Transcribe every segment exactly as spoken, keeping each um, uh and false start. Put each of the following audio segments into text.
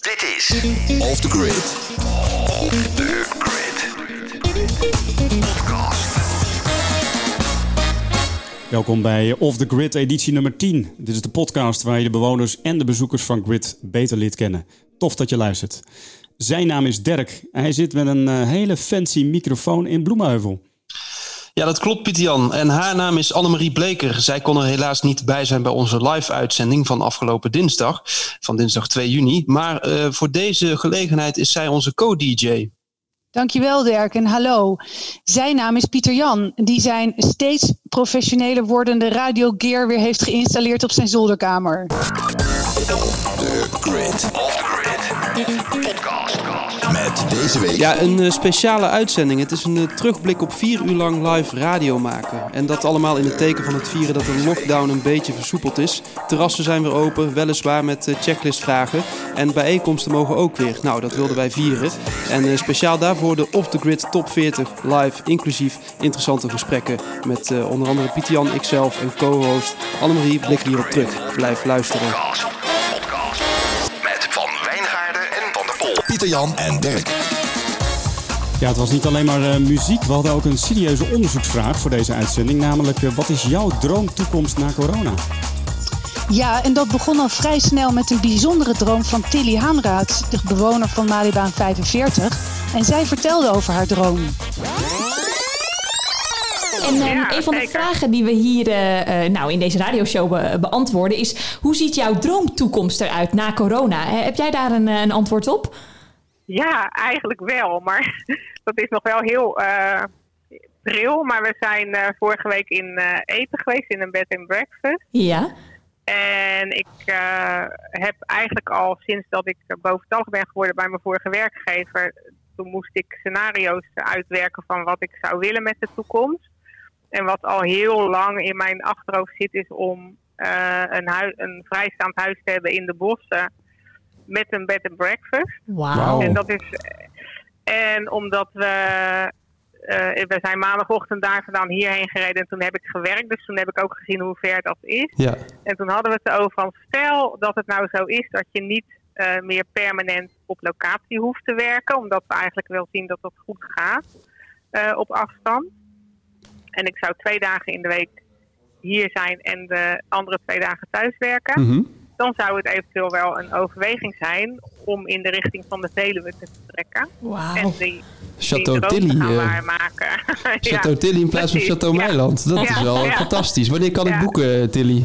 Dit is Off the Grid. Off the Grid. Podcast. Welkom bij Off the Grid editie nummer tien. Dit is de podcast waar je de bewoners en de bezoekers van Grid beter leert kennen. Tof dat je luistert. Zijn naam is Dirk. Hij zit met een uh, hele fancy microfoon in Bloemenheuvel. Ja, dat klopt, Pieter-Jan. En haar naam is Annemarie Bleker. Zij kon er helaas niet bij zijn bij onze live-uitzending van afgelopen dinsdag. Van dinsdag twee juni. Maar uh, voor deze gelegenheid is zij onze co-D J. Dankjewel Dirk en hallo. Zijn naam is Pieter-Jan. Die zijn steeds professioneler wordende radiogear weer heeft geïnstalleerd op zijn zolderkamer. The Grid. Off the Grid. Podcast. Met deze week... Ja, een uh, speciale uitzending. Het is een uh, terugblik op vier uur lang live radio maken. En dat allemaal in het teken van het vieren dat de lockdown een beetje versoepeld is. Terrassen zijn weer open, weliswaar met uh, checklistvragen. En bijeenkomsten mogen ook weer. Nou, dat wilden wij vieren. En uh, speciaal daarvoor de Off the Grid Top veertig live, inclusief interessante gesprekken. Met uh, onder andere Pieter-Jan, ikzelf en co-host Annemarie blikken hierop terug. Blijf luisteren. Pieter-Jan en Dirk. Ja, het was niet alleen maar uh, muziek. We hadden ook een serieuze onderzoeksvraag voor deze uitzending. Namelijk, uh, wat is jouw droomtoekomst na corona? Ja, en dat begon al vrij snel met een bijzondere droom van Tilly Haanraad, de bewoner van Malibaan vijfenveertig. En zij vertelde over haar droom. En um, ja, een van de zeker. vragen die we hier uh, uh, nou, in deze radioshow be- beantwoorden is... hoe ziet jouw droomtoekomst eruit na corona? He, heb jij daar een, een antwoord op? Ja, eigenlijk wel. Maar dat is nog wel heel uh, pril. Maar we zijn uh, vorige week in uh, eten geweest in een bed and breakfast. Ja. En ik uh, heb eigenlijk al sinds dat ik boventallig ben geworden bij mijn vorige werkgever... toen moest ik scenario's uitwerken van wat ik zou willen met de toekomst. En wat al heel lang in mijn achterhoofd zit is om uh, een, hui- een vrijstaand huis te hebben in de bossen met een bed and breakfast. Wauw. En dat is en omdat we uh, we zijn maandagochtend daar vandaan hierheen gereden en toen heb ik gewerkt, dus toen heb ik ook gezien hoe ver dat is. Ja. En toen hadden we het erover van stel dat het nou zo is dat je niet uh, meer permanent op locatie hoeft te werken, omdat we eigenlijk wel zien dat dat goed gaat uh, op afstand. En ik zou twee dagen in de week hier zijn en de andere twee dagen thuis werken. Mm-hmm. Dan zou het eventueel wel een overweging zijn om in de richting van de Veluwe te vertrekken. Wauw. En die, Chateau die droom Tilly, te gaan uh, waarmaken. Chateau ja, Tilly in plaats van precies. Chateau Ja. Meiland. Dat ja. is wel ja. fantastisch. Wanneer kan ik ja. boeken, Tilly?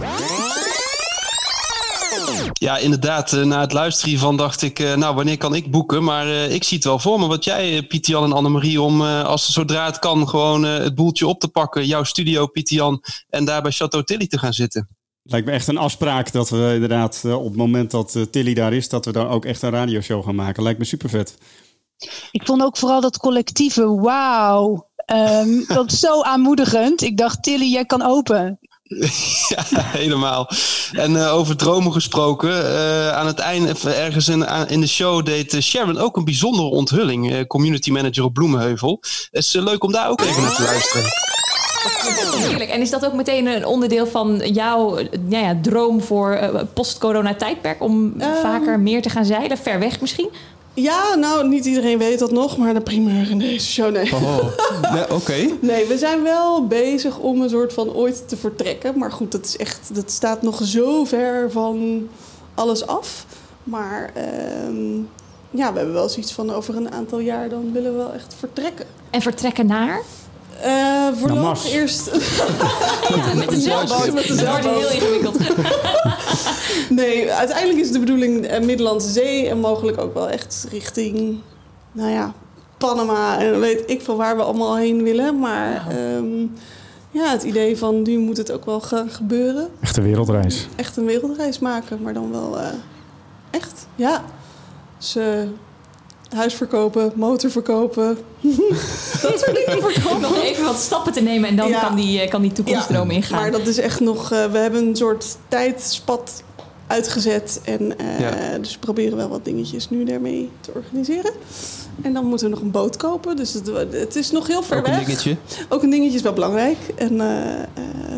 Ja, inderdaad. Uh, na het luisteren hiervan dacht ik, uh, nou, wanneer kan ik boeken? Maar uh, ik zie het wel voor me. Wat jij, uh, Pieter-Jan en Annemarie, om uh, als zodra het kan gewoon uh, het boeltje op te pakken. Jouw studio, Pieter-Jan, en daar bij Chateau Tilly te gaan zitten. Lijkt me echt een afspraak dat we inderdaad uh, op het moment dat uh, Tilly daar is... dat we dan ook echt een radioshow gaan maken. Lijkt me super vet. Ik vond ook vooral dat collectieve wauw. Um, dat is zo aanmoedigend. Ik dacht, Tilly, jij kan open. Ja, helemaal. En uh, over dromen gesproken. Uh, aan het eind, ergens in, in de show deed uh, Sharon ook een bijzondere onthulling. Uh, community manager op Bloemenheuvel. Het is uh, leuk om daar ook even naar te luisteren. Natuurlijk. En is dat ook meteen een onderdeel van jouw ja, ja, droom voor uh, post-corona tijdperk? Om um, vaker meer te gaan zeilen? Ver weg misschien? Ja, nou, niet iedereen weet dat nog, maar de primeur in deze show, nee. Oh, nee, oké. Okay. Nee, we zijn wel bezig om een soort van ooit te vertrekken. Maar goed, dat is echt, dat staat nog zo ver van alles af. Maar um, ja, we hebben wel zoiets van over een aantal jaar dan willen we wel echt vertrekken. En vertrekken naar? Uh, voorlopig eerst... ja, met de zeilboot. Met de zeilboot. Dat wordt heel ingewikkeld. Nee, uiteindelijk is de bedoeling uh, Middellandse Zee en mogelijk ook wel echt richting, nou ja, Panama en weet ik veel waar we allemaal heen willen. Maar wow. um, ja, het idee van nu moet het ook wel gaan gebeuren. Echt een wereldreis. Echt een wereldreis maken, maar dan wel uh, echt, ja. Dus uh, huis verkopen, motor verkopen. Dat soort dingen verkopen. Nog even wat stappen te nemen en dan ja. kan, die, kan die toekomstdroom ja, ingaan. Maar dat is echt nog... Uh, we hebben een soort tijdspat uitgezet. En uh, ja. dus we proberen wel wat dingetjes nu daarmee te organiseren. En dan moeten we nog een boot kopen. Dus het, het is nog heel ver Ook weg. Ook een dingetje. Ook een dingetje is wel belangrijk. En uh, uh,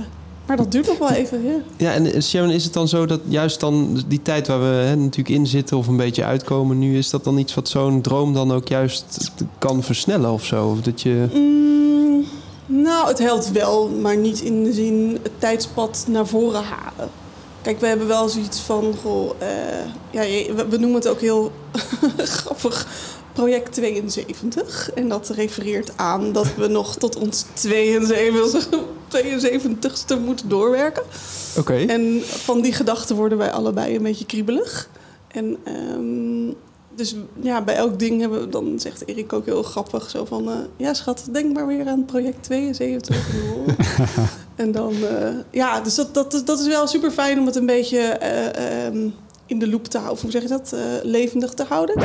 Maar dat duurt nog wel even, ja. Ja, en Sharon, is het dan zo dat juist dan die tijd waar we hè, natuurlijk in zitten of een beetje uitkomen nu, is dat dan iets wat zo'n droom dan ook juist kan versnellen of zo? Of dat je... Mm, nou, het helpt wel, maar niet in de zin het tijdspad naar voren halen. Kijk, we hebben wel zoiets van, goh, uh, ja, we, we noemen het ook heel grappig, project tweeënzeventig. En dat refereert aan dat we nog tot ons tweeënzeventigste moeten doorwerken. Oké. Okay. En van die gedachten worden wij allebei een beetje kriebelig. En um, dus ja, bij elk ding hebben we, dan zegt Erik ook heel grappig zo van, uh, ja schat, denk maar weer aan project tweeënzeventig. En dan, uh, ja, dus dat, dat, dat is wel super fijn om het een beetje uh, um, in de loop te houden. Hoe zeg je dat? Uh, levendig te houden.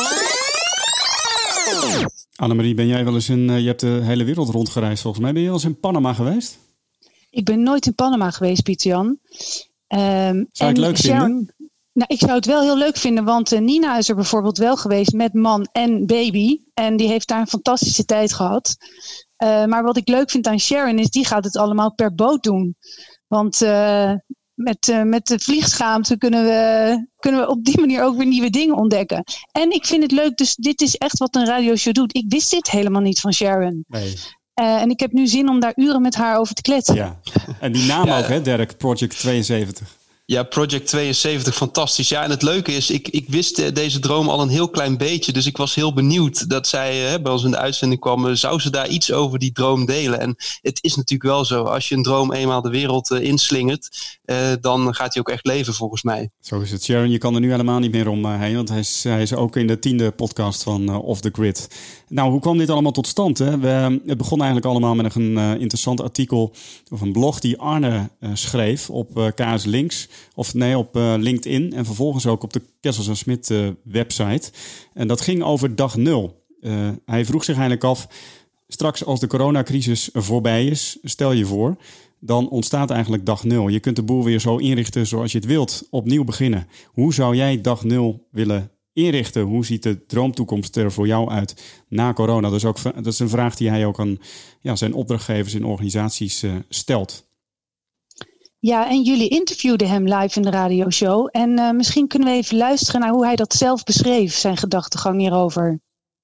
Annemarie, ben jij wel eens in... Uh, je hebt de hele wereld rondgereisd volgens mij. Ben je wel eens in Panama geweest? Ik ben nooit in Panama geweest, Pieter-Jan. Um, zou je het leuk Sharon, vinden? Nou, ik zou het wel heel leuk vinden, want uh, Nina is er bijvoorbeeld wel geweest met man en baby. En die heeft daar een fantastische tijd gehad. Uh, maar wat ik leuk vind aan Sharon is, die gaat het allemaal per boot doen. Want uh, met, uh, met de vliegschaamte kunnen we, kunnen we op die manier ook weer nieuwe dingen ontdekken. En ik vind het leuk, dus dit is echt wat een radioshow doet. Ik wist dit helemaal niet van Sharon. Nee. Uh, en ik heb nu zin om daar uren met haar over te kletsen. Ja, en die naam ja, ook, hè, Derek, Project tweeënzeventig. Ja, Project tweeënzeventig, fantastisch. Ja, en het leuke is, ik, ik wist deze droom al een heel klein beetje. Dus ik was heel benieuwd dat zij hè, bij ons in de uitzending kwam. Zou ze daar iets over die droom delen? En het is natuurlijk wel zo. Als je een droom eenmaal de wereld uh, inslingert, uh, dan gaat hij ook echt leven volgens mij. Zo is het. Sharon, je kan er nu helemaal niet meer omheen. Want hij is, hij is ook in de tiende podcast van uh, Off the Grid. Nou, hoe kwam dit allemaal tot stand? Hè? We, het begon eigenlijk allemaal met een uh, interessant artikel of een blog die Arne uh, schreef op uh, K S Links. Of nee, op uh, LinkedIn en vervolgens ook op de Kessels en Smit uh, website. En dat ging over dag nul. Uh, hij vroeg zich eigenlijk af, straks als de coronacrisis voorbij is, stel je voor, dan ontstaat eigenlijk dag nul. Je kunt de boel weer zo inrichten zoals je het wilt, opnieuw beginnen. Hoe zou jij dag nul willen inrichten? Hoe ziet de droomtoekomst er voor jou uit na corona? Dat is, ook, dat is een vraag die hij ook aan ja, zijn opdrachtgevers in organisaties uh, stelt. Ja, en jullie interviewden hem live in de radioshow. En uh, misschien kunnen we even luisteren naar hoe hij dat zelf beschreef, zijn gedachtegang hierover.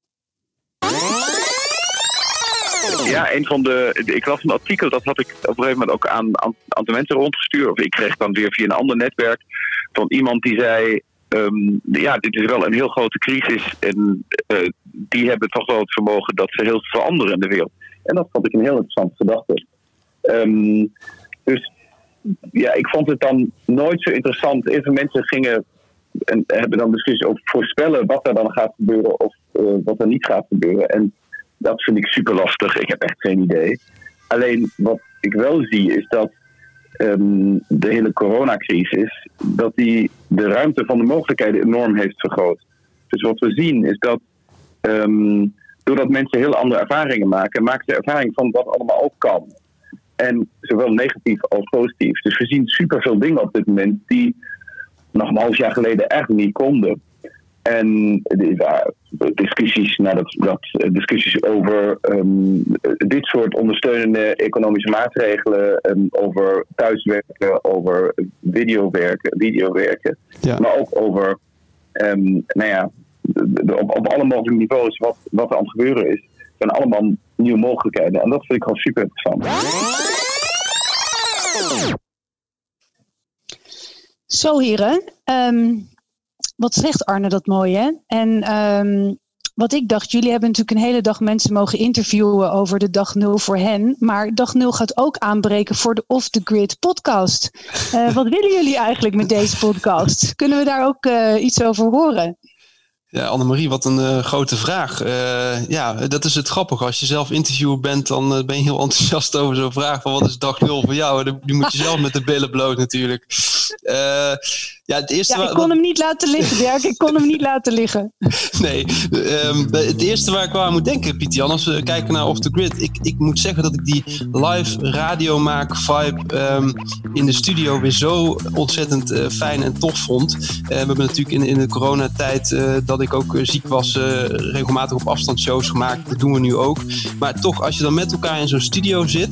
Ja, een van de. Ik las een artikel, dat had ik op een gegeven moment ook aan, aan, aan de mensen rondgestuurd. Of ik kreeg dan weer via een ander netwerk van iemand die zei. Um, ja, dit is wel een heel grote crisis. En uh, die hebben toch wel het vermogen dat ze heel veel veranderen in de wereld. En dat vond ik een heel interessante gedachte. Um, dus. Ja, ik vond het dan nooit zo interessant. Even mensen gingen en hebben dan discussies over voorspellen wat er dan gaat gebeuren of uh, wat er niet gaat gebeuren. En dat vind ik super lastig. Ik heb echt geen idee. Alleen wat ik wel zie is dat um, de hele coronacrisis, dat die de ruimte van de mogelijkheden enorm heeft vergroot. Dus wat we zien is dat um, doordat mensen heel andere ervaringen maken, maken ze ervaring van wat allemaal ook kan. En zowel negatief als positief. Dus we zien superveel dingen op dit moment die nog een half jaar geleden echt niet konden. En ja, discussies, nou dat, dat, discussies over um, dit soort ondersteunende economische maatregelen, um, over thuiswerken, over videowerken, videowerken ja. Maar ook over um, nou ja, de, de, op, op alle mogelijke niveaus wat, wat er aan het gebeuren is. zijn allemaal nieuwe mogelijkheden. En dat vind ik gewoon super interessant. Zo heren, um, wat zegt Arne dat mooi hè? En um, wat ik dacht, jullie hebben natuurlijk een hele dag mensen mogen interviewen over de dag nul voor hen. Maar dag nul gaat ook aanbreken voor de Off the Grid podcast. Uh, wat willen jullie eigenlijk met deze podcast? Kunnen we daar ook uh, iets over horen? Ja, Annemarie, wat een uh, grote vraag. Uh, ja, dat is het grappige. Als je zelf interviewer bent, dan uh, ben je heel enthousiast over zo'n vraag van wat is dag nul voor jou? Die moet je zelf met de billen bloot natuurlijk. Uh, ja, het eerste ja, ik kon wa- hem niet laten liggen, Dirk. Ik kon hem niet laten liggen. Nee, um, het eerste waar ik wel aan moet denken, Pieter-Jan, als we kijken naar Off the Grid. Ik, ik moet zeggen dat ik die live radio maak vibe um, in de studio weer zo ontzettend uh, fijn en tof vond. Uh, we hebben natuurlijk in, in de coronatijd uh, dat ik ook uh, ziek was, uh, regelmatig op afstand shows gemaakt. Dat doen we nu ook. Maar toch, als je dan met elkaar in zo'n studio zit,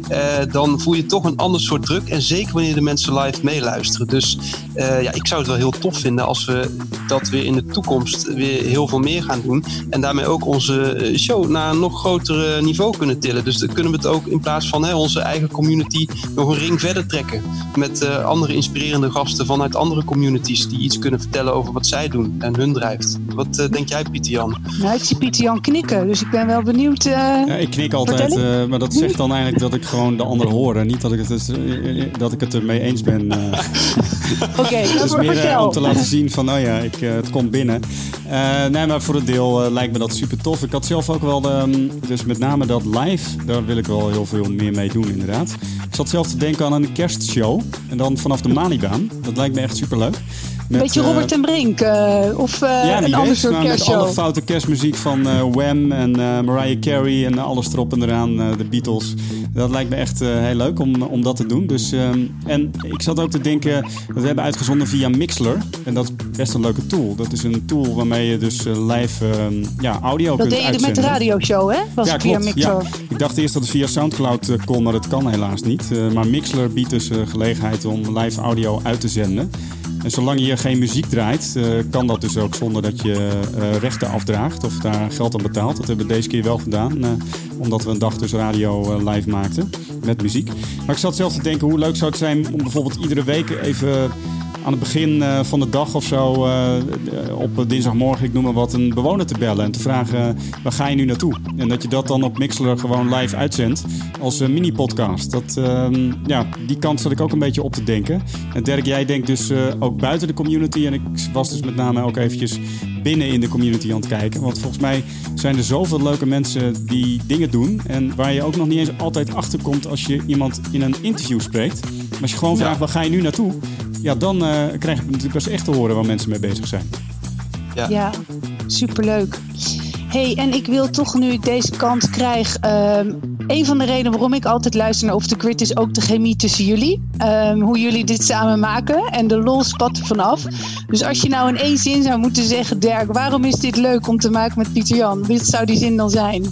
uh, dan voel je toch een ander soort druk. En zeker wanneer de mensen live meeluisteren. Dus uh, ja, ik zou het wel heel tof vinden als we dat weer in de toekomst weer heel veel meer gaan doen. En daarmee ook onze show naar een nog groter niveau kunnen tillen. Dus dan kunnen we het ook in plaats van hè, onze eigen community nog een ring verder trekken. Met uh, andere inspirerende gasten vanuit andere communities die iets kunnen vertellen over wat zij doen en hun drijft. Wat uh, denk jij, Pieter-Jan? Nou, ik zie Pieter-Jan knikken, dus ik ben wel benieuwd. Uh, ja, ik knik altijd, uh, maar dat zegt dan eigenlijk dat ik gewoon de anderen hoor. En niet dat ik het, dus, uh, dat ik het ermee eens ben. Uh. Oké, okay, dat is meer uh, om te laten zien van, oh ja, ik, uh, het komt binnen. Uh, nee, maar voor het deel uh, lijkt me dat super tof. Ik had zelf ook wel, de, dus met name dat live, daar wil ik wel heel veel meer mee doen inderdaad. Ik zat zelf te denken aan een kerstshow. En dan vanaf de Malibaan. Dat lijkt me echt superleuk. Een beetje uh, Robert en Brink uh, of uh, ja, een ander soort kerstshow. Met alle foute kerstmuziek van uh, Wham en uh, Mariah Carey en alles erop en eraan, uh, de Beatles. Dat lijkt me echt uh, heel leuk om, om dat te doen. Dus, um, en ik zat ook te denken, dat we hebben uitgezonden via Mixler. En dat is best een leuke tool. Dat is een tool waarmee je dus uh, live uh, ja, audio dat kunt uitzenden. Dat deed je met de radioshow, hè? Was ja, het via klopt. Mixler. Ja. Ik dacht eerst dat het via Soundcloud uh, kon, maar dat kan helaas niet. Uh, maar Mixler biedt dus uh, gelegenheid om live audio uit te zenden. En zolang je geen muziek draait, uh, kan dat dus ook zonder dat je uh, rechten afdraagt of daar geld aan betaalt. Dat hebben we deze keer wel gedaan, uh, omdat we een dag dus radio uh, live maakten met muziek. Maar ik zat zelf te denken, hoe leuk zou het zijn om bijvoorbeeld iedere week even aan het begin uh, van de dag of zo, uh, op dinsdagmorgen, ik noem maar wat, een bewoner te bellen en te vragen, uh, waar ga je nu naartoe? En dat je dat dan op Mixler gewoon live uitzendt als uh, mini-podcast. Dat, uh, ja, die kant zat ik ook een beetje op te denken. En Dirk, jij denkt dus uh, ook buiten de community. En ik was dus met name ook eventjes binnen in de community aan het kijken. Want volgens mij zijn er zoveel leuke mensen die dingen doen. En waar je ook nog niet eens altijd achterkomt als je iemand in een interview spreekt. Maar als je gewoon vraagt, waar ga je nu naartoe? Ja, dan uh, krijg je natuurlijk pas echt te horen waar mensen mee bezig zijn. Ja, ja, superleuk. Hey, en ik wil toch, nu ik deze kans krijg, um, een van de redenen waarom ik altijd luister naar Off The Grid is ook de chemie tussen jullie. Um, hoe jullie dit samen maken en de lol spat er vanaf. Dus als je nou in één zin zou moeten zeggen, Dirk, waarom is dit leuk om te maken met Pieter-Jan? Wat zou die zin dan zijn?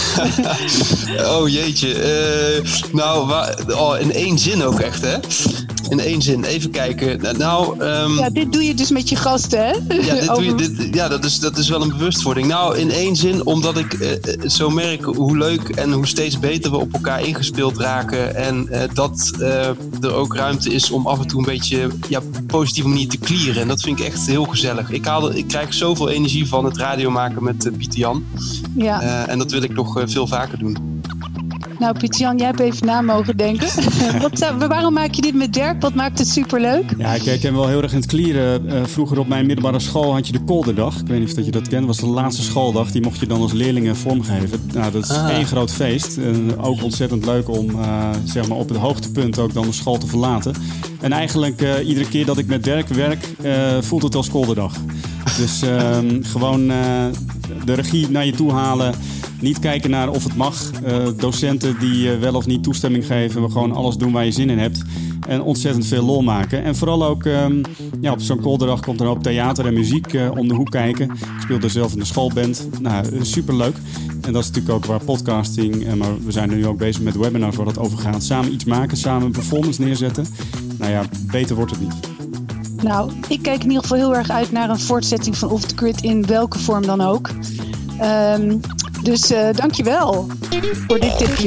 Oh jeetje. Uh, nou, waar, oh, in één zin ook echt, hè? In één zin. Even kijken. Nou, um... ja, dit doe je dus met je gasten, hè? Ja, dit doe je, dit, ja dat, is, dat is wel een bewustwording. Nou, in één zin, omdat ik uh, zo merk hoe leuk en hoe steeds beter we op elkaar ingespeeld raken. En uh, dat uh, er ook ruimte is om af en toe een beetje ja, op een positieve manier te clearen. En dat vind ik echt heel gezellig. Ik, haal, ik krijg zoveel energie van het radio maken met uh, Pieter-Jan. Ja. Uh, en dat wil ik nog uh, veel vaker doen. Nou, Pieter-Jan, jij hebt even na mogen denken. Wat, waarom maak je dit met Dirk? Wat maakt het superleuk? Ja, ik ken wel heel erg in het klieren. Uh, vroeger op mijn middelbare school had je de kolderdag. Ik weet niet of je dat kent. Dat was de laatste schooldag. Die mocht je dan als leerlingen vormgeven. Nou, dat is ah. één groot feest. Uh, ook ontzettend leuk om uh, zeg maar op het hoogtepunt ook dan de school te verlaten. En eigenlijk uh, iedere keer dat ik met Dirk werk, uh, voelt het als kolderdag. Dus uh, gewoon uh, de regie naar je toe halen. Niet kijken naar of het mag. Uh, docenten die uh, wel of niet toestemming geven. We gewoon alles doen waar je zin in hebt. En ontzettend veel lol maken. En vooral ook um, ja, op zo'n kolderdag komt er ook theater en muziek uh, om de hoek kijken. Ik speelde zelf in de schoolband. Nou, superleuk. En dat is natuurlijk ook waar podcasting. Uh, maar we zijn nu ook bezig met webinars waar het over gaat. Samen iets maken, samen een performance neerzetten. Nou ja, beter wordt het niet. Nou, ik kijk in ieder geval heel erg uit naar een voortzetting van Off The Grid in welke vorm dan ook. Um, dus uh, dankjewel voor dit tipje.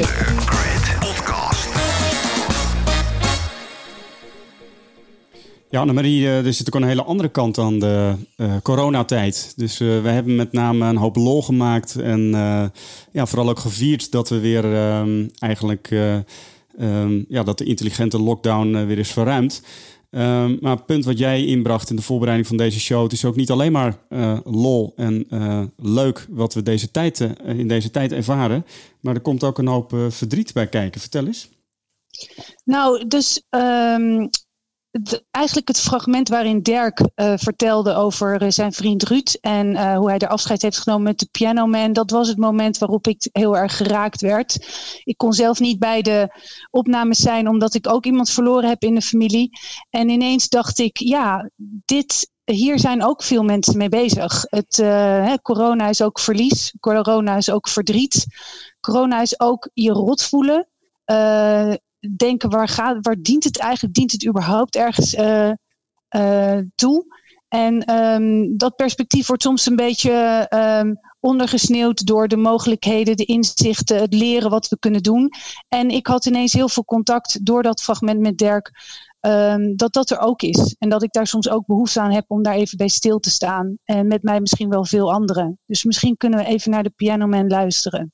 Ja, Annemarie, er zit ook een hele andere kant aan de uh, coronatijd. Dus uh, we hebben met name een hoop lol gemaakt. En uh, ja, vooral ook gevierd dat we weer uh, eigenlijk uh, um, ja, dat de intelligente lockdown uh, weer is verruimd. Um, maar het punt wat jij inbracht in de voorbereiding van deze show, het is ook niet alleen maar uh, lol en uh, leuk wat we deze tijd, uh, in deze tijd ervaren. Maar er komt ook een hoop uh, verdriet bij kijken. Vertel eens. Nou, dus um, de, eigenlijk het fragment waarin Dirk uh, vertelde over uh, zijn vriend Ruud en uh, hoe hij er afscheid heeft genomen met de Piano Man. Dat was het moment waarop ik heel erg geraakt werd. Ik kon zelf niet bij de opnames zijn, omdat ik ook iemand verloren heb in de familie. En ineens dacht ik, ja, dit, hier zijn ook veel mensen mee bezig. Het, uh, hè, corona is ook verlies. Corona is ook verdriet. Corona is ook je rot voelen. uh, denken waar, gaat, waar dient het eigenlijk? Dient het überhaupt ergens uh, uh, toe? En um, dat perspectief wordt soms een beetje um, ondergesneeuwd door de mogelijkheden, de inzichten, het leren wat we kunnen doen. En ik had ineens heel veel contact door dat fragment met Dirk, um, dat dat er ook is. En dat ik daar soms ook behoefte aan heb om daar even bij stil te staan. En met mij misschien wel veel anderen. Dus misschien kunnen we even naar de Piano Man luisteren.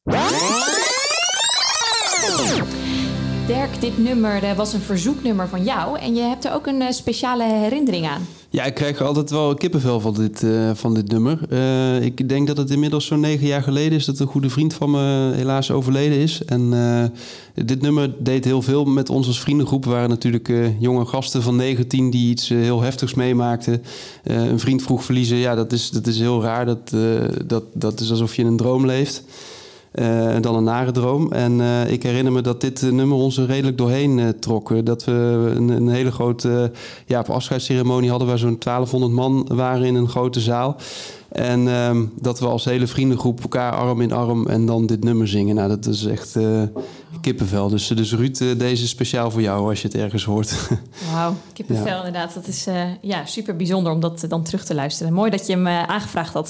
Dirk, dit nummer uh, was een verzoeknummer van jou. En je hebt er ook een uh, speciale herinnering aan. Ja, ik krijg altijd wel kippenvel van dit, uh, van dit nummer. Uh, ik denk dat het inmiddels zo'n negen jaar geleden is dat een goede vriend van me helaas overleden is. En uh, dit nummer deed heel veel met ons als vriendengroep. We waren natuurlijk uh, jonge gasten van negentien die iets uh, heel heftigs meemaakten. Uh, een vriend vroeg verliezen, ja, dat is, dat is heel raar. Dat, uh, dat, dat is alsof je in een droom leeft. Uh, dan een nare droom. En uh, ik herinner me dat dit uh, nummer ons er redelijk doorheen uh, trok. Dat we een, een hele grote uh, ja, afscheidsceremonie hadden waar zo'n twaalfhonderd man waren in een grote zaal. En uh, dat we als hele vriendengroep elkaar arm in arm en dan dit nummer zingen. Nou, dat is echt uh, kippenvel. Dus, dus Ruud, uh, deze is speciaal voor jou als je het ergens hoort. Wauw, kippenvel ja. Inderdaad. Dat is uh, ja, super bijzonder om dat uh, dan terug te luisteren. Mooi dat je hem uh, aangevraagd had.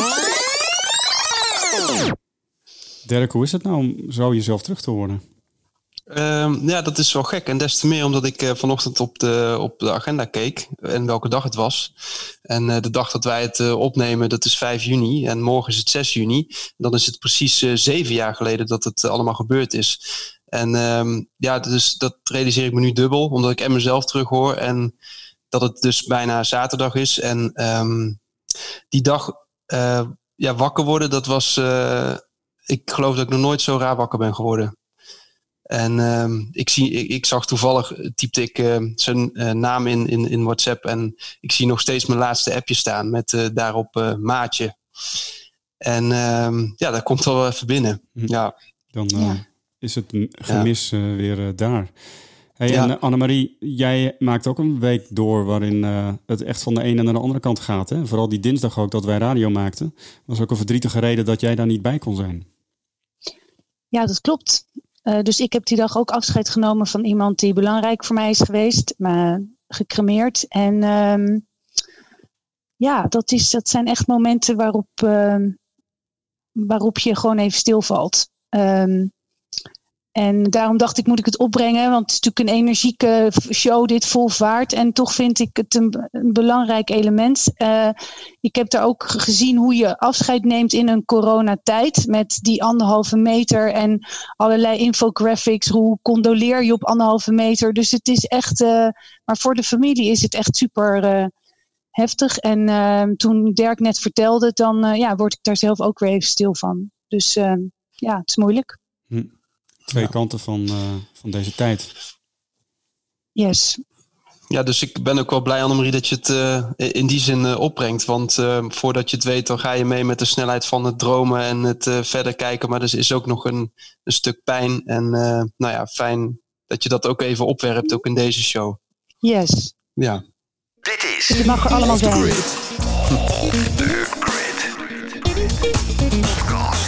Dirk, hoe is het nou om zo jezelf terug te horen? Um, ja, dat is wel gek. En des te meer omdat ik uh, vanochtend op de, op de agenda keek. En welke dag het was. En uh, de dag dat wij het uh, opnemen, dat is vijf juni. En morgen is het zes juni. En dan is het precies uh, zeven jaar geleden dat het uh, allemaal gebeurd is. En um, ja, dus dat realiseer ik me nu dubbel. Omdat ik en mezelf terug hoor. En dat het dus bijna zaterdag is. En um, die dag uh, ja, wakker worden, dat was... Uh, ik geloof dat ik nog nooit zo raar wakker ben geworden. En uh, ik, zie, ik, ik zag toevallig, typte ik uh, zijn uh, naam in, in, in WhatsApp. En ik zie nog steeds mijn laatste appje staan met uh, daarop uh, Maatje. En uh, ja, dat komt al wel even binnen. Hm. Ja. Dan uh, ja. is het gemis ja. uh, weer uh, daar. Hey, ja. En uh, Annemarie, jij maakt ook een week door waarin uh, het echt van de ene naar de andere kant gaat. Hè? Vooral die dinsdag ook dat wij radio maakten. Was ook een verdrietige reden dat jij daar niet bij kon zijn. Ja, dat klopt. Uh, dus ik heb die dag ook afscheid genomen van iemand die belangrijk voor mij is geweest. Maar gecremeerd. En um, ja, dat, is, dat zijn echt momenten waarop, uh, waarop je gewoon even stilvalt. Um, En daarom dacht ik, moet ik het opbrengen? Want het is natuurlijk een energieke show, dit vol vaart. En toch vind ik het een, een belangrijk element. Uh, ik heb daar ook gezien hoe je afscheid neemt in een coronatijd. Met die anderhalve meter en allerlei infographics. Hoe condoleer je op anderhalve meter? Dus het is echt... Uh, maar voor de familie is het echt super uh, heftig. En uh, toen Dirk net vertelde, dan uh, ja, word ik daar zelf ook weer even stil van. Dus uh, ja, het is moeilijk. Hm. Twee ja. kanten van, uh, van deze tijd. Yes. Ja, dus ik ben ook wel blij, Annemarie, dat je het uh, in die zin uh, opbrengt. Want uh, voordat je het weet, dan ga je mee met de snelheid van het dromen en het uh, verder kijken. Maar er is ook nog een, een stuk pijn. En uh, nou ja, fijn dat je dat ook even opwerpt, ook in deze show. Yes. Ja. Dit is... Je mag er allemaal zijn. The Grid. The Grid. Podcast.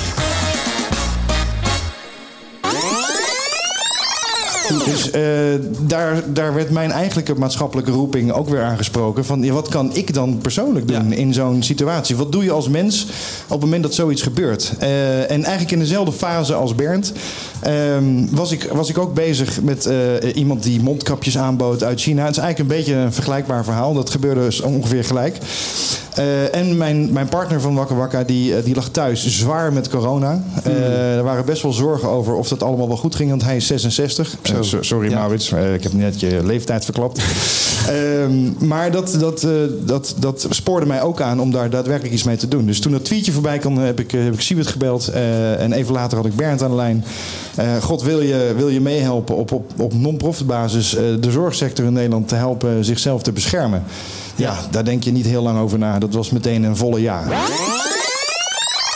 Dus uh, daar, daar werd mijn eigenlijke maatschappelijke roeping ook weer aangesproken. Van ja, wat kan ik dan persoonlijk doen ja. in zo'n situatie? Wat doe je als mens op het moment dat zoiets gebeurt? Uh, en eigenlijk in dezelfde fase als Bernd uh, was, ik, was ik ook bezig met uh, iemand die mondkapjes aanbood uit China. Het is eigenlijk een beetje een vergelijkbaar verhaal. Dat gebeurde ongeveer gelijk. Uh, en mijn, mijn partner van Wakka Wakka, die, die lag thuis zwaar met corona. Uh, er waren best wel zorgen over of dat allemaal wel goed ging, want hij is zesenzestig. Uh, so, sorry ja. Maurits, uh, ik heb net je leeftijd verklapt. uh, maar dat, dat, uh, dat, dat spoorde mij ook aan om daar daadwerkelijk iets mee te doen. Dus toen dat tweetje voorbij kwam, heb ik, uh, heb ik Siewert gebeld. Uh, en even later had ik Bernd aan de lijn. Uh, God, wil je, wil je meehelpen op, op, op non-profit basis uh, de zorgsector in Nederland te helpen zichzelf te beschermen? Ja, daar denk je niet heel lang over na. Dat was meteen een volle ja.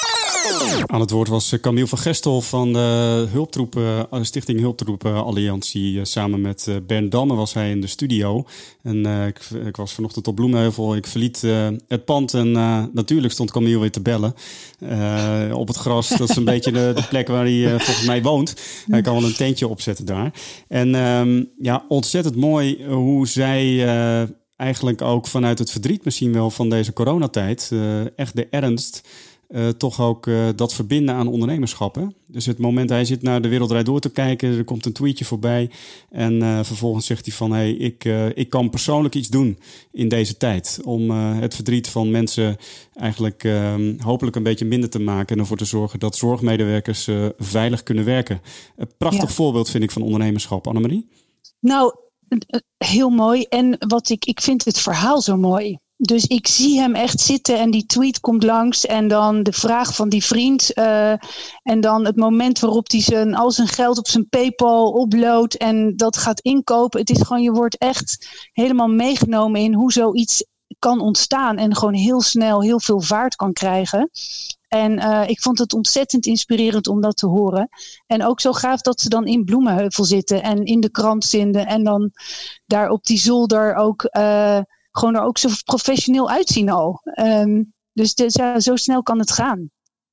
Aan het woord was Camille van Gestel van de hulptroepen, Stichting Hulptroepen Alliantie. Samen met Bernd Damme was hij in de studio. En uh, ik, ik was vanochtend op Bloemenheuvel. Ik verliet uh, het pand en uh, natuurlijk stond Camille weer te bellen. Uh, op het gras, dat is een beetje de, de plek waar hij uh, volgens mij woont. Hij kan wel een tentje opzetten daar. En um, ja, ontzettend mooi hoe zij uh, eigenlijk ook vanuit het verdriet misschien wel van deze coronatijd, uh, echt de ernst, Uh, toch ook uh, dat verbinden aan ondernemerschap. Hè? Dus het moment hij zit naar de Wereld Draait Door te kijken, er komt een tweetje voorbij en uh, vervolgens zegt hij van, hey, ik, uh, ik kan persoonlijk iets doen in deze tijd om uh, het verdriet van mensen eigenlijk uh, hopelijk een beetje minder te maken en ervoor te zorgen dat zorgmedewerkers uh, veilig kunnen werken. Een prachtig ja. voorbeeld vind ik van ondernemerschap, Annemarie. Nou, heel mooi. En wat ik, ik vind het verhaal zo mooi. Dus ik zie hem echt zitten en die tweet komt langs en dan de vraag van die vriend. Uh, en dan het moment waarop hij zijn, al zijn geld op zijn PayPal uploadt en dat gaat inkopen. Het is gewoon, je wordt echt helemaal meegenomen in hoe zoiets kan ontstaan en gewoon heel snel heel veel vaart kan krijgen. En uh, ik vond het ontzettend inspirerend om dat te horen. En ook zo gaaf dat ze dan in Bloemenheuvel zitten en in de krant zitten en dan daar op die zolder ook Uh, gewoon er ook zo professioneel uitzien al. Um, dus de, zo, zo snel kan het gaan.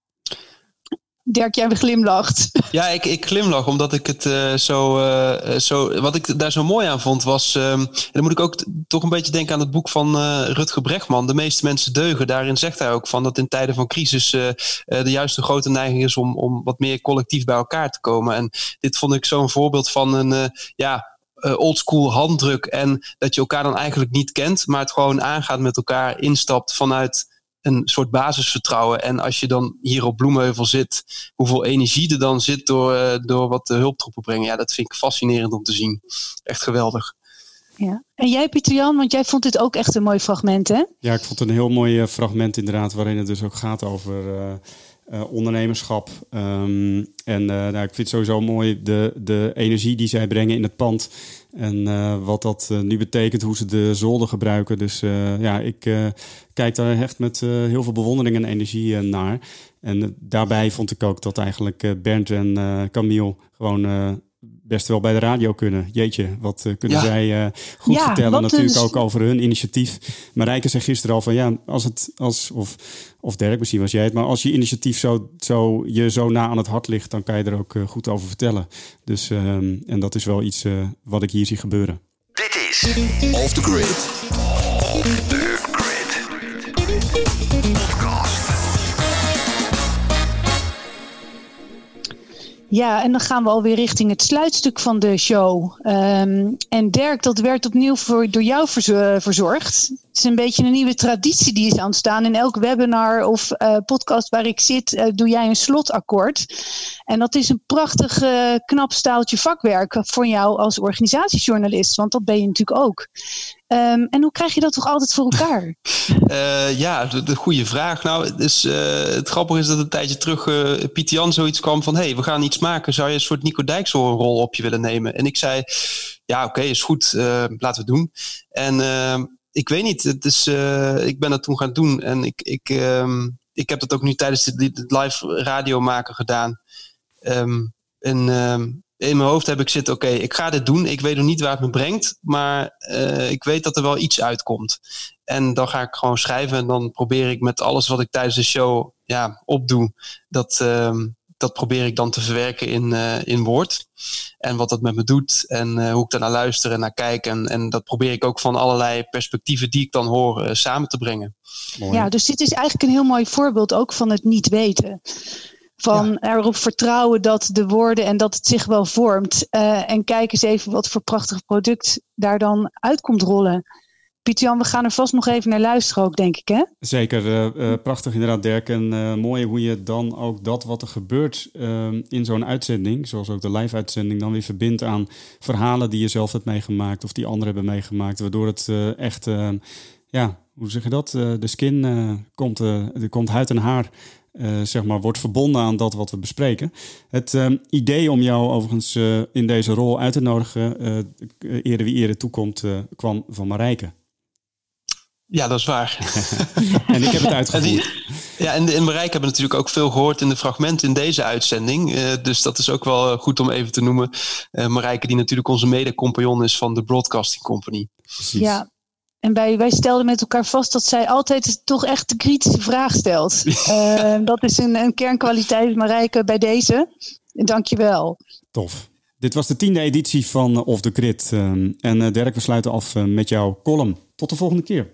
Dirk, jij glimlacht. Ja, ik, ik glimlach omdat ik het uh, zo, uh, zo... Wat ik daar zo mooi aan vond was... Um, en dan moet ik ook t- toch een beetje denken aan het boek van uh, Rutger Bregman. De meeste mensen deugen. Daarin zegt hij ook van dat in tijden van crisis Uh, uh, de juiste grote neiging is om, om wat meer collectief bij elkaar te komen. En dit vond ik zo'n voorbeeld van een Uh, ja, Uh, oldschool handdruk en dat je elkaar dan eigenlijk niet kent, maar het gewoon aangaat met elkaar, instapt vanuit een soort basisvertrouwen. En als je dan hier op Bloemenheuvel zit, hoeveel energie er dan zit door, uh, door wat de hulptroepen brengen. Ja, dat vind ik fascinerend om te zien. Echt geweldig. Ja. En jij, Pieter-Jan, want jij vond dit ook echt een mooi fragment, hè? Ja, ik vond het een heel mooi fragment inderdaad, waarin het dus ook gaat over Uh... Uh, ondernemerschap. Um, en uh, nou, ik vind het sowieso mooi de, de energie die zij brengen in het pand. En uh, wat dat uh, nu betekent, hoe ze de zolder gebruiken. Dus uh, ja, ik uh, kijk daar echt met uh, heel veel bewondering en energie uh, naar. En uh, daarbij vond ik ook dat eigenlijk uh, Bernd en uh, Camille gewoon Uh, best wel bij de radio kunnen. Jeetje, wat uh, kunnen ja. zij uh, goed ja, vertellen. Natuurlijk is ook over hun initiatief. Marijke zei gisteren al van ja, als het als of of Dirk, misschien was jij het, maar als je initiatief zo, zo je zo na aan het hart ligt, dan kan je er ook uh, goed over vertellen. Dus um, en dat is wel iets uh, wat ik hier zie gebeuren. Dit is Off the Grid. Off the Grid. Podcast. Ja, en dan gaan we alweer richting het sluitstuk van de show. Um, en Dirk, dat werd opnieuw voor, door jou verzo- verzorgd. Het is een beetje een nieuwe traditie die is ontstaan. In elk webinar of uh, podcast waar ik zit, uh, doe jij een slotakkoord. En dat is een prachtig uh, knap staaltje vakwerk voor jou als organisatiejournalist. Want dat ben je natuurlijk ook. Um, en hoe krijg je dat toch altijd voor elkaar? Uh, ja, de, de goede vraag. Nou, dus, uh, het grappige is dat een tijdje terug uh, Pieter Jan zoiets kwam van hey, we gaan iets maken. Zou je een soort Nico Dijkshoorn-rol op je willen nemen? En ik zei, ja, oké, okay, is goed. Uh, laten we het doen. En Uh, ik weet niet, het is, uh, ik ben dat toen gaan doen. En ik, ik, um, ik heb dat ook nu tijdens het live radio maken gedaan. Um, en um, in mijn hoofd heb ik zitten, oké, okay, ik ga dit doen. Ik weet nog niet waar het me brengt. Maar uh, ik weet dat er wel iets uitkomt. En dan ga ik gewoon schrijven. En dan probeer ik met alles wat ik tijdens de show ja, opdoe. Dat, um, dat probeer ik dan te verwerken in, uh, in woord. En wat dat met me doet. En uh, hoe ik daarnaar luister en naar kijk. En, en dat probeer ik ook van allerlei perspectieven die ik dan hoor uh, samen te brengen. Mooi. Ja, dus dit is eigenlijk een heel mooi voorbeeld ook van het niet weten. Van ja. erop vertrouwen dat de woorden en dat het zich wel vormt. Uh, en kijk eens even wat voor prachtig product daar dan uit komt rollen. Pieter-Jan, we gaan er vast nog even naar luisteren ook, denk ik, hè? Zeker. Uh, uh, prachtig inderdaad, Dirk. En uh, mooi hoe je dan ook dat wat er gebeurt uh, in zo'n uitzending, zoals ook de live-uitzending, dan weer verbindt aan verhalen die je zelf hebt meegemaakt of die anderen hebben meegemaakt. Waardoor het uh, echt, uh, ja, hoe zeg je dat? Uh, de skin uh, komt, uh, er komt huid en haar. Uh, zeg maar, wordt verbonden aan dat wat we bespreken. Het uh, idee om jou overigens uh, in deze rol uit te nodigen, uh, eerder wie eerder toekomt, uh, kwam van Marijke. Ja, dat is waar. En ik heb het uitgevoerd. Ja, en, en Marijke hebben natuurlijk ook veel gehoord in de fragmenten in deze uitzending. Uh, dus dat is ook wel goed om even te noemen. Uh, Marijke, die natuurlijk onze mede-compagnon is van de Broadcasting Company. Precies. Ja. En wij, wij stelden met elkaar vast dat zij altijd toch echt de kritische vraag stelt. uh, dat is een, een kernkwaliteit, Marijke, bij deze. Dank je wel. Tof. Dit was de tiende editie van Off the Grid. Uh, en uh, Derk, we sluiten af uh, met jouw column. Tot de volgende keer.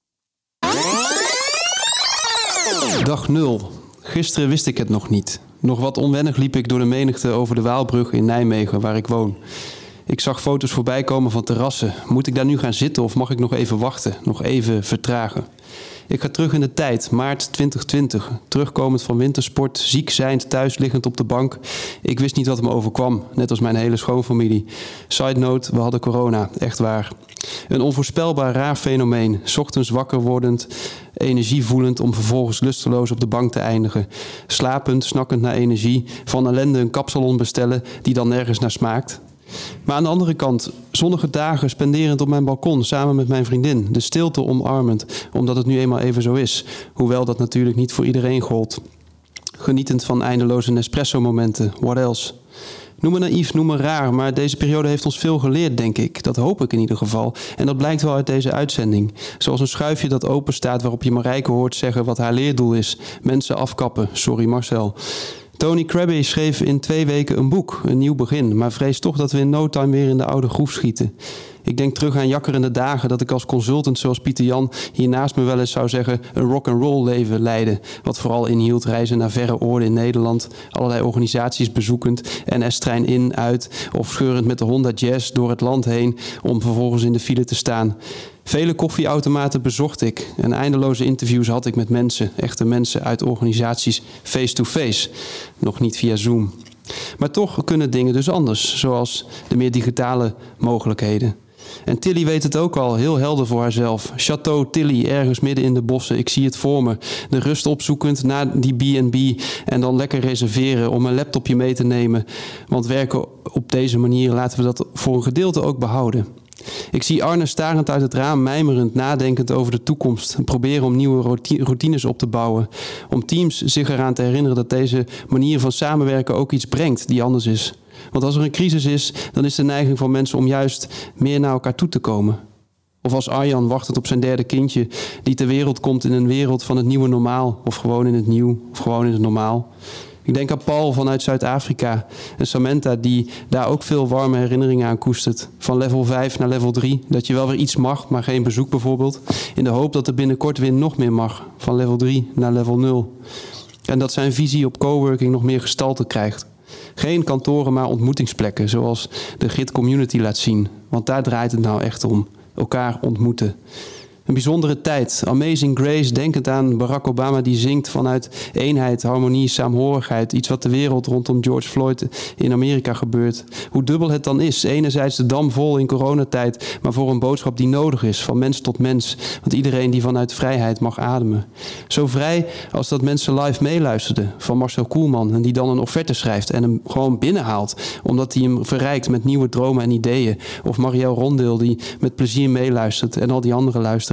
Dag nul. Gisteren wist ik het nog niet. Nog wat onwennig liep ik door de menigte over de Waalbrug in Nijmegen, waar ik woon. Ik zag foto's voorbij komen van terrassen. Moet ik daar nu gaan zitten of mag ik nog even wachten? Nog even vertragen? Ik ga terug in de tijd, maart twintig twintig. Terugkomend van wintersport, ziek zijnd, thuis liggend op de bank. Ik wist niet wat me overkwam, net als mijn hele schoonfamilie. Side note, we hadden corona, echt waar. Een onvoorspelbaar raar fenomeen. 's Ochtends wakker wordend, energie voelend om vervolgens lusteloos op de bank te eindigen. Slapend, snakkend naar energie. Van ellende een kapsalon bestellen die dan nergens naar smaakt. Maar aan de andere kant, zonnige dagen spenderend op mijn balkon samen met mijn vriendin. De stilte omarmend, omdat het nu eenmaal even zo is. Hoewel dat natuurlijk niet voor iedereen gold. Genietend van eindeloze Nespresso-momenten. What else? Noem me naïef, noem me raar, maar deze periode heeft ons veel geleerd, denk ik. Dat hoop ik in ieder geval. En dat blijkt wel uit deze uitzending. Zoals een schuifje dat open staat waarop je Marijke hoort zeggen wat haar leerdoel is. Mensen afkappen. Sorry Marcel. Tony Krabbe schreef in twee weken een boek, een nieuw begin, maar vrees toch dat we in no time weer in de oude groef schieten. Ik denk terug aan jakkerende dagen dat ik als consultant zoals Pieter Jan hier naast me wel eens zou zeggen een rock'n'roll leven leidde. Wat vooral inhield reizen naar verre oorden in Nederland, allerlei organisaties bezoekend en S-trein in, uit of scheurend met de Honda Jazz door het land heen om vervolgens in de file te staan. Vele koffieautomaten bezocht ik en eindeloze interviews had ik met mensen, echte mensen uit organisaties face-to-face, nog niet via Zoom. Maar toch kunnen dingen dus anders, zoals de meer digitale mogelijkheden. En Tilly weet het ook al, heel helder voor haarzelf. Chateau Tilly, ergens midden in de bossen, ik zie het voor me. De rust opzoekend naar die B en B en dan lekker reserveren om een laptopje mee te nemen. Want werken op deze manier laten we dat voor een gedeelte ook behouden. Ik zie Arne starend uit het raam, mijmerend, nadenkend over de toekomst. En proberen om nieuwe routines op te bouwen. Om teams zich eraan te herinneren dat deze manier van samenwerken ook iets brengt die anders is. Want als er een crisis is, dan is de neiging van mensen om juist meer naar elkaar toe te komen. Of als Arjan wachtend op zijn derde kindje, die ter wereld komt in een wereld van het nieuwe normaal. Of gewoon in het nieuw, of gewoon in het normaal. Ik denk aan Paul vanuit Zuid-Afrika en Samantha die daar ook veel warme herinneringen aan koestert. Van level vijf naar level drie, dat je wel weer iets mag, maar geen bezoek bijvoorbeeld. In de hoop dat er binnenkort weer nog meer mag, van level drie naar level nul. En dat zijn visie op coworking nog meer gestalte krijgt. Geen kantoren, maar ontmoetingsplekken, zoals de Grid Community laat zien. Want daar draait het nou echt om, elkaar ontmoeten. Een bijzondere tijd. Amazing Grace, denkend aan Barack Obama die zingt vanuit eenheid, harmonie, saamhorigheid. Iets wat de wereld rondom George Floyd in Amerika gebeurt. Hoe dubbel het dan is. Enerzijds de dam vol in coronatijd, maar voor een boodschap die nodig is, van mens tot mens. Want iedereen die vanuit vrijheid mag ademen. Zo vrij als dat mensen live meeluisterden van Marcel Koelman en die dan een offerte schrijft en hem gewoon binnenhaalt. Omdat hij hem verrijkt met nieuwe dromen en ideeën. Of Marielle Rondeel die met plezier meeluistert en al die andere luisteraars.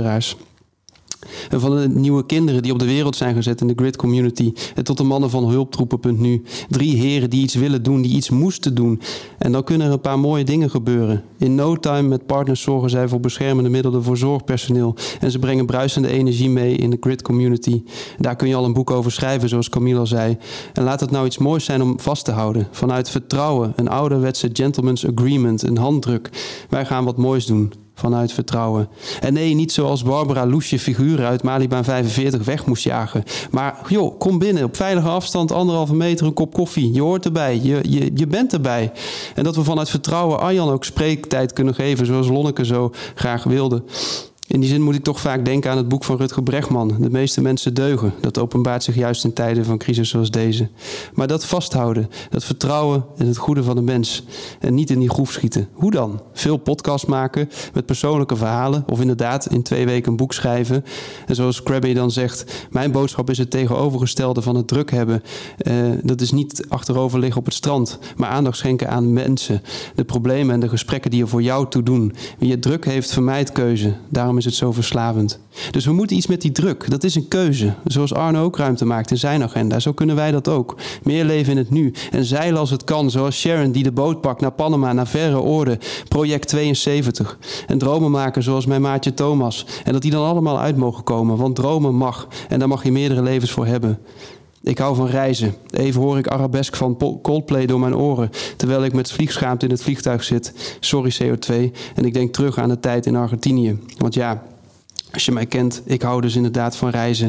En van de nieuwe kinderen die op de wereld zijn gezet in de Grid Community. En tot de mannen van hulptroepen punt nu. Drie heren die iets willen doen, die iets moesten doen. En dan kunnen er een paar mooie dingen gebeuren. In no time met partners zorgen zij voor beschermende middelen voor zorgpersoneel. En ze brengen bruisende energie mee in de Grid Community. Daar kun je al een boek over schrijven, zoals Camille al zei. En laat het nou iets moois zijn om vast te houden. Vanuit vertrouwen, een ouderwetse gentleman's agreement, een handdruk. Wij gaan wat moois doen. Vanuit vertrouwen. En nee, niet zoals Barbara Loesje figuren uit Malibaan vijfenveertig weg moest jagen. Maar joh, kom binnen, op veilige afstand, anderhalve meter, een kop koffie. Je hoort erbij, je, je, je bent erbij. En dat we vanuit vertrouwen Arjan ook spreektijd kunnen geven, zoals Lonneke zo graag wilde. In die zin moet ik toch vaak denken aan het boek van Rutger Bregman. De meeste mensen deugen. Dat openbaart zich juist in tijden van crisis zoals deze. Maar dat vasthouden, dat vertrouwen in het goede van de mens. En niet in die groef schieten. Hoe dan? Veel podcasts maken met persoonlijke verhalen. Of inderdaad in twee weken een boek schrijven. En zoals Krabbe dan zegt, mijn boodschap is het tegenovergestelde van het druk hebben. Uh, dat is niet achterover liggen op het strand. Maar aandacht schenken aan mensen. De problemen en de gesprekken die er voor jou toe doen. Wie het druk heeft, vermijdt keuze. Daarom Daarom is het zo verslavend. Dus we moeten iets met die druk. Dat is een keuze. Zoals Arno ook ruimte maakt in zijn agenda. Zo kunnen wij dat ook. Meer leven in het nu. En zeilen als het kan. Zoals Sharon die de boot pakt naar Panama, naar verre oorden. Project tweeënzeventig. En dromen maken zoals mijn maatje Thomas. En dat die dan allemaal uit mogen komen. Want dromen mag. En daar mag je meerdere levens voor hebben. Ik hou van reizen. Even hoor ik arabesk van Coldplay door mijn oren. Terwijl ik met vliegschaamte in het vliegtuig zit. Sorry C O twee. En ik denk terug aan de tijd in Argentinië. Want ja, als je mij kent, ik hou dus inderdaad van reizen.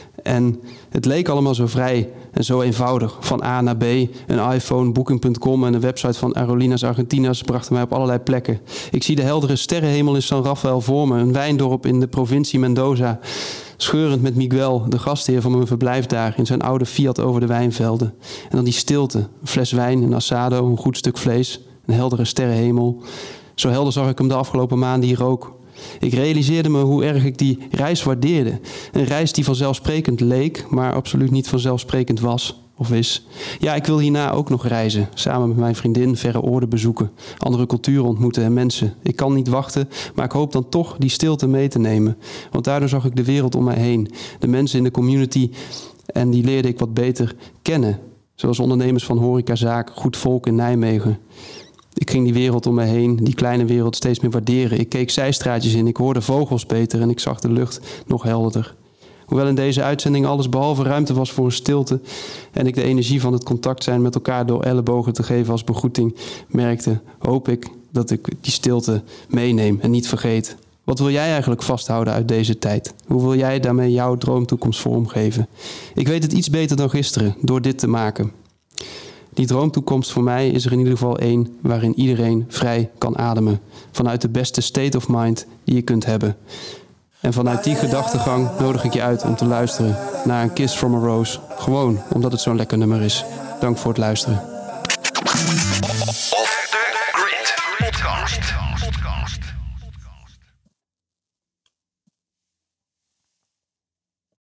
En het leek allemaal zo vrij en zo eenvoudig. Van A naar B, een iPhone, booking punt com en een website van Aerolíneas Argentinas brachten mij op allerlei plekken. Ik zie de heldere sterrenhemel in San Rafael voor me. Een wijndorp in de provincie Mendoza. Scheurend met Miguel, de gastheer van mijn verblijf daar, in zijn oude Fiat over de wijnvelden. En dan die stilte, een fles wijn, een assado, een goed stuk vlees, een heldere sterrenhemel. Zo helder zag ik hem de afgelopen maanden hier ook. Ik realiseerde me hoe erg ik die reis waardeerde. Een reis die vanzelfsprekend leek, maar absoluut niet vanzelfsprekend was of is. Ja, ik wil hierna ook nog reizen. Samen met mijn vriendin verre oorden bezoeken. Andere culturen ontmoeten en mensen. Ik kan niet wachten, maar ik hoop dan toch die stilte mee te nemen. Want daardoor zag ik de wereld om mij heen. De mensen in de community. En die leerde ik wat beter kennen. Zoals ondernemers van horecazaak, goed volk in Nijmegen. Ik ging die wereld om me heen, die kleine wereld, steeds meer waarderen. Ik keek zijstraatjes in, ik hoorde vogels beter en ik zag de lucht nog helderder. Hoewel in deze uitzending alles behalve ruimte was voor een stilte en ik de energie van het contact zijn met elkaar door ellebogen te geven als begroeting merkte, hoop ik dat ik die stilte meeneem en niet vergeet. Wat wil jij eigenlijk vasthouden uit deze tijd? Hoe wil jij daarmee jouw droomtoekomst vormgeven? Ik weet het iets beter dan gisteren, door dit te maken. Die droomtoekomst voor mij is er in ieder geval één waarin iedereen vrij kan ademen. Vanuit de beste state of mind die je kunt hebben. En vanuit die gedachtegang nodig ik je uit om te luisteren naar een Kiss from a Rose. Gewoon omdat het zo'n lekker nummer is. Dank voor het luisteren. Off the Grid podcast.